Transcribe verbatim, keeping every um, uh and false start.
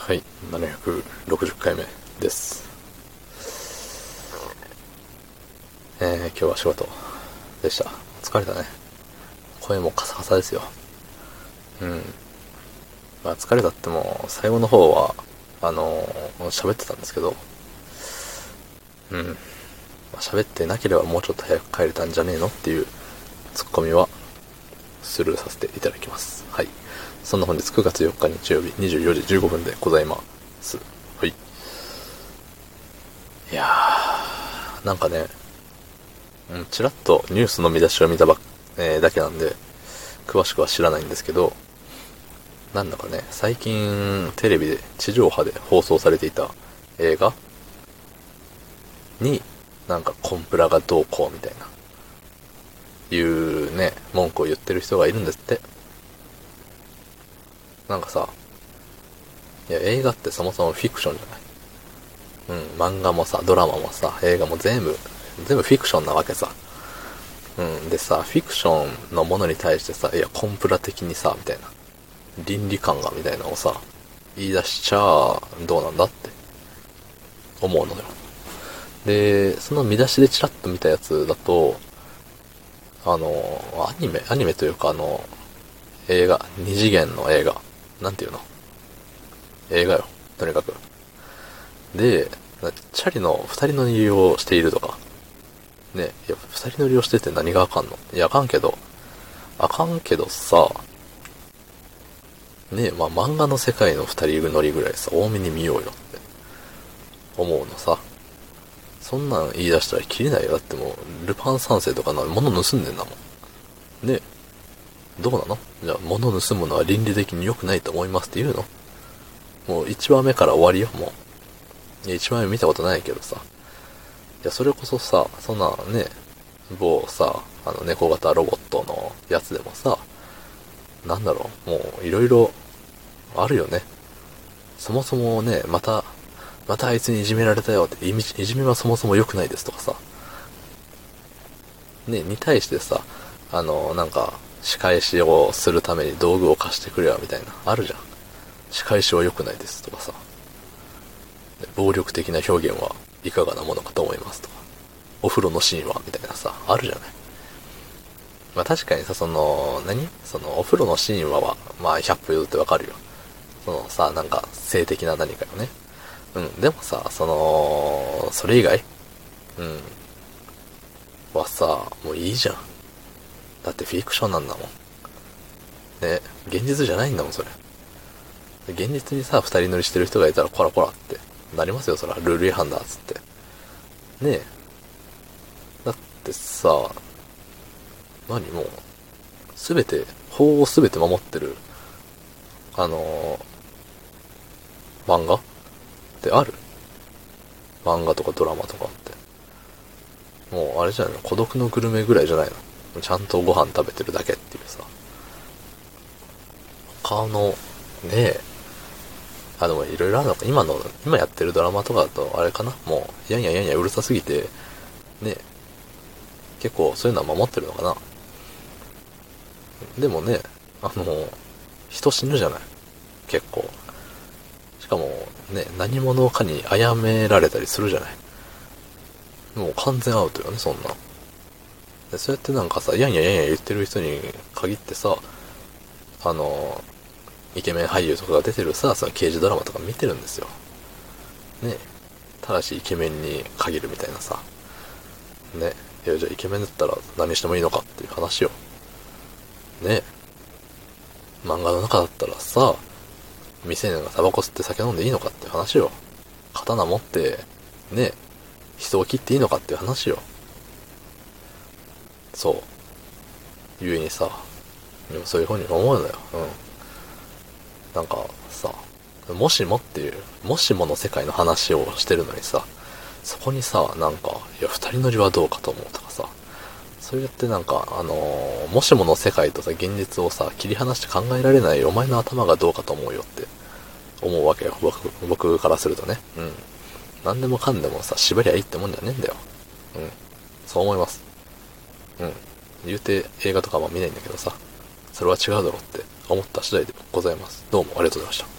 はい、ななひゃくろくじゅっかいめです。えー、今日は仕事でした。疲れたね。声もカサカサですよ。うん。まあ疲れたっても、最後の方は、あのー、喋ってたんですけど、うん。まあ、喋ってなければもうちょっと早く帰れたんじゃねえのっていうツッコミはスルーさせていただきます。はい。そんな本日くがつよっか日曜日にじゅうよじじゅうごふんでございます。はい。いやー、なんかね、うん、ちらっとニュースの見出しを見たばっ、えー、だけなんで、詳しくは知らないんですけど、なんだかね、最近テレビで地上波で放送されていた映画に、なんかコンプラがどうこうみたいな、いうね、文句を言ってる人がいるんですって。なんかさ、いや映画ってそもそもフィクションじゃない。うん、漫画もさ、ドラマもさ、映画も全部、全部フィクションなわけさ。うん、でさ、フィクションのものに対してさ、いや、コンプラ的にさ、みたいな。倫理観が、みたいなのをさ、言い出しちゃ、どうなんだって思うのよ。で、その見出しでチラッと見たやつだと、あの、アニメ、アニメというかあの、映画、二次元の映画。なんていうの映画よ。とにかく。で、チャリの二人乗りをしているとか。ね、いや、二人乗りをしてて何があかんのいや、あかんけど、あかんけどさ、ねえ、まあ漫画の世界の二人乗りぐらいさ、多めに見ようよって思うのさ。そんなん言い出したら切れないよ。だってもう、ルパン三世とかの物盗んでんだもん。ねえ、どうなのじゃあ、物盗むのは倫理的に良くないと思いますって言うのもう一話目から終わりよ、もう。いや、一話目見たことないけどさ。いや、それこそさ、そんなね、某さ、あの猫型ロボットのやつでもさ、なんだろう、もういろいろあるよね。そもそもね、また、またあいつにいじめられたよって、いじめはそもそも良くないですとかさ、ね、に対してさ、あの、なんか、仕返しをするために道具を貸してくれよみたいな、あるじゃん。仕返しは良くないですとかさ、暴力的な表現はいかがなものかと思いますとか、お風呂のシーンはみたいなさ、あるじゃない。まあ確かにさ、その、何その、お風呂のシーンは、まあひゃっぽ譲ってわかるよ。そのさ、なんか、性的な何かよね。うん、でもさ、その、それ以外うん。はさ、もういいじゃん。だってフィクションなんだもん。ね、現実じゃないんだもん、それ。現実にさ、二人乗りしてる人がいたら、コラコラって、なりますよ、そら。ルール違反だ、つって。ねえ。だってさ、何もう、すべて、法をすべて守ってる、あのー、漫画ってある漫画とかドラマとかって。もう、あれじゃないの孤独のグルメぐらいじゃないのちゃんとご飯食べてるだけっていうさ。他の、ねえ、あ、でもいろいろあるのか。今の、今やってるドラマとかだと、あれかなもう、やんややんやうるさすぎて、ね、結構そういうのは守ってるのかな。でもね、あの、人死ぬじゃない結構。しかも、ね、何者かに殺められたりするじゃないもう完全アウトよね、そんな。でそうやってなんかさ、やんややんや言ってる人に限ってさ、あの、イケメン俳優とかが出てるさ、その刑事ドラマとか見てるんですよ。ね。ただしイケメンに限るみたいなさ。ね。いや、じゃあイケメンだったら何してもいいのかっていう話よ。ね。漫画の中だったらさ、未成年がタバコ吸って酒飲んでいいのかっていう話よ。刀持って、ね。人を切っていいのかっていう話よ。そう。ゆえにさ、でもそういう風に思うのよ。うん。なんかさ、もしもっていう、もしもの世界の話をしてるのにさ、そこにさ、なんか、いや、二人乗りはどうかと思うとかさ、そうやってなんか、あのー、もしもの世界とさ、現実をさ、切り離して考えられないお前の頭がどうかと思うよって思うわけよ。僕、僕からするとね。うん。何でもかんでもさ、縛りゃいいってもんじゃねえんだよ。うん。そう思います。うん。言うて映画とかも見ないんだけどさ、それは違うだろうって思った次第でございます。どうもありがとうございました。